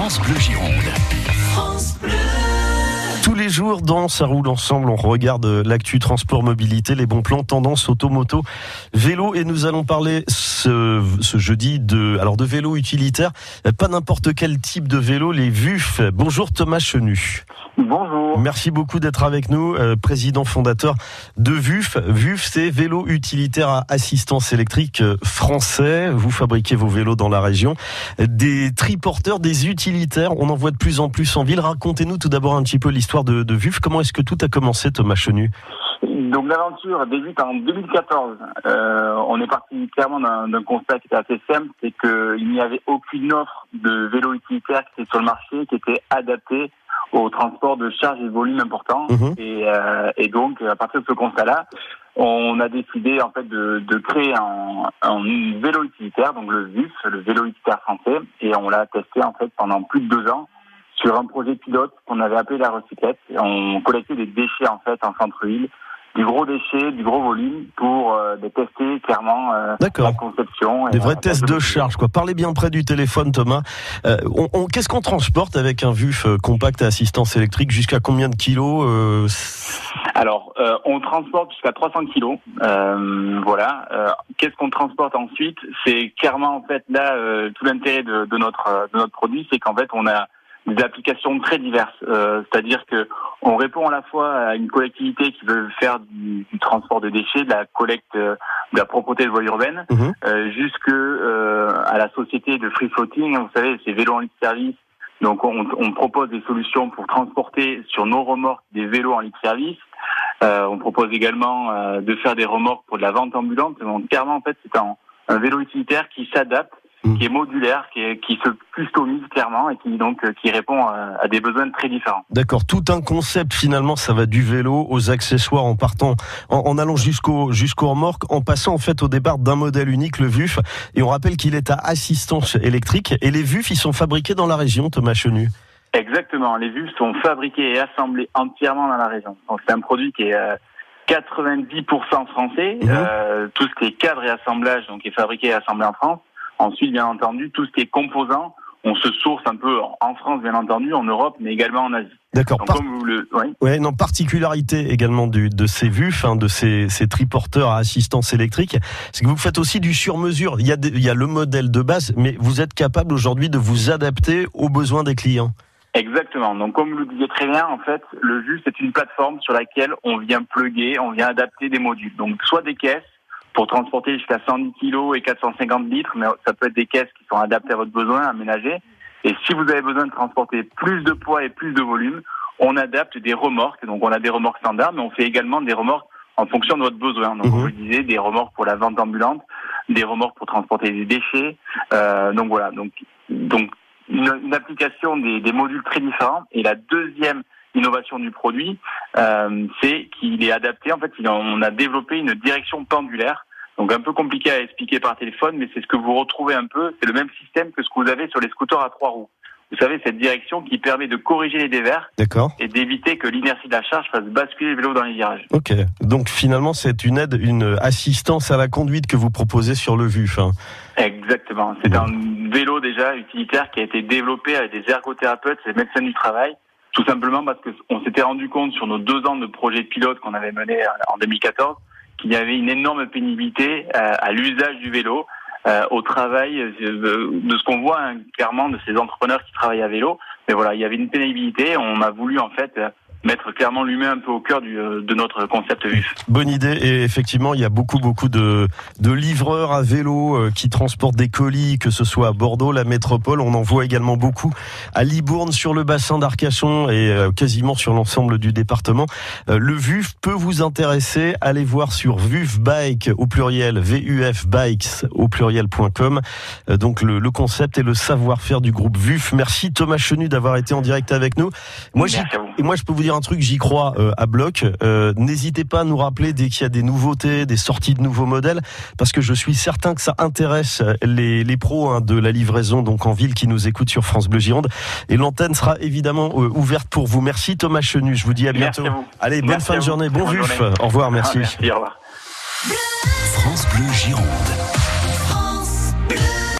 France Bleu Gironde. France Bleu. Tous les jours dans Ça roule ensemble, on regarde l'actu transport mobilité, les bons plans, tendance auto, moto, vélo, et nous allons parler ce jeudi de vélo utilitaire, pas n'importe quel type de vélo, les VUF. Bonjour Thomas Chenu. Bonjour. Merci beaucoup d'être avec nous, président fondateur de VUF. VUF, c'est vélo utilitaire à assistance électrique français. Vous fabriquez vos vélos dans la région. Des triporteurs, des utilitaires, on en voit de plus en plus en ville. Racontez-nous tout d'abord un petit peu l'histoire de VUF. Comment est-ce que tout a commencé, Thomas Chenu ? Donc l'aventure débute en 2014. On est parti clairement d'un constat qui était assez simple, c'est qu'il n'y avait aucune offre de vélo utilitaire qui était sur le marché, qui était adaptée au transport de charges et volumes importants. Et donc, à partir de ce constat-là, on a décidé en fait de créer un vélo utilitaire, donc le VUF, le vélo utilitaire français, et on l'a testé en fait pendant plus de 2 ans sur un projet pilote qu'on avait appelé la recyclette. On collectait des déchets en fait en centre-ville, du gros déchet, du gros volume pour tester clairement la conception. Des vrais tests de charge, quoi. Parlez bien près du téléphone, Thomas. Qu'est-ce qu'on transporte avec un VUF compact à assistance électrique ? Jusqu'à combien de kilos Alors, on transporte jusqu'à 300 kilos. Qu'est-ce qu'on transporte ensuite ? C'est clairement en fait là tout l'intérêt de notre produit, c'est qu'en fait on a des applications très diverses, c'est-à-dire que on répond à la fois à une collectivité qui veut faire du transport de déchets, de la collecte de la propreté de voies urbaines, jusque à la société de free floating. Vous savez, c'est vélos en libre service. Donc on propose des solutions pour transporter sur nos remorques des vélos en libre service. On propose également de faire des remorques pour de la vente ambulante. Donc clairement en fait c'est un vélo utilitaire qui s'adapte, qui est modulaire, qui se customise clairement et qui répond à des besoins très différents. D'accord, tout un concept finalement, ça va du vélo aux accessoires en partant, en allant jusqu'aux remorques, en passant en fait au départ d'un modèle unique, le VUF, et on rappelle qu'il est à assistance électrique, et les VUF ils sont fabriqués dans la région, Thomas Chenu. Exactement, les VUF sont fabriqués et assemblés entièrement dans la région. Donc c'est un produit qui est 90% français, tout ce qui est cadre et assemblage donc est fabriqué et assemblé en France. Ensuite, bien entendu, tout ce qui est composants, on se source un peu en France, bien entendu, en Europe, mais également en Asie. D'accord. Particularité également de ces VUF, de ces triporteurs à assistance électrique, c'est que vous faites aussi du sur-mesure. Il y a le modèle de base, mais vous êtes capable aujourd'hui de vous adapter aux besoins des clients. Exactement. Donc, comme vous le disiez très bien, en fait, le VUF, c'est une plateforme sur laquelle on vient plugger, on vient adapter des modules. Donc, soit des caisses, pour transporter jusqu'à 110 kilos et 450 litres, mais ça peut être des caisses qui sont adaptées à votre besoin, aménagées. Et si vous avez besoin de transporter plus de poids et plus de volume, on adapte des remorques. Donc on a des remorques standards, mais on fait également des remorques en fonction de votre besoin. Donc vous le disiez, des remorques pour la vente ambulante, des remorques pour transporter des déchets. Donc voilà, donc une application des modules très différents. Et la deuxième innovation du produit, c'est qu'il est adapté. En fait, on a développé une direction pendulaire. Donc un peu compliqué à expliquer par téléphone, mais c'est ce que vous retrouvez un peu. C'est le même système que ce que vous avez sur les scooters à 3 roues. Vous savez, cette direction qui permet de corriger les dévers et d'éviter que l'inertie de la charge fasse basculer le vélo dans les virages. Ok, donc finalement c'est une aide, une assistance à la conduite que vous proposez sur le VUF. Exactement. C'est un vélo déjà utilitaire qui a été développé avec des ergothérapeutes, des médecins du travail. Tout simplement parce qu'on s'était rendu compte sur nos 2 ans de projet pilote qu'on avait mené en 2014 qu'il y avait une énorme pénibilité à l'usage du vélo, au travail, de ce qu'on voit clairement de ces entrepreneurs qui travaillent à vélo. Mais voilà, il y avait une pénibilité. On a voulu en fait mettre clairement l'humain un peu au cœur de notre concept VUF. Bonne idée, et effectivement il y a beaucoup de livreurs à vélo qui transportent des colis, que ce soit à Bordeaux, la métropole. On en voit également beaucoup à Libourne, sur le bassin d'Arcachon et quasiment sur l'ensemble du département. Le VUF peut vous intéresser. Allez voir sur VUF Bike au pluriel, VUF Bikes au pluriel.com. Donc le concept et le savoir-faire du groupe VUF. Merci Thomas Chenu d'avoir été en direct avec nous. Moi je peux vous dire un truc, j'y crois à bloc. N'hésitez pas à nous rappeler dès qu'il y a des nouveautés, des sorties de nouveaux modèles, parce que je suis certain que ça intéresse les pros de la livraison donc en ville qui nous écoutent sur France Bleu Gironde. Et l'antenne sera évidemment ouverte pour vous. Merci Thomas Chenu, je vous dis à bientôt. Merci à vous. Allez, bonne fin de journée, bon VUF. Au revoir, merci. Merci, au revoir. France Bleu Gironde.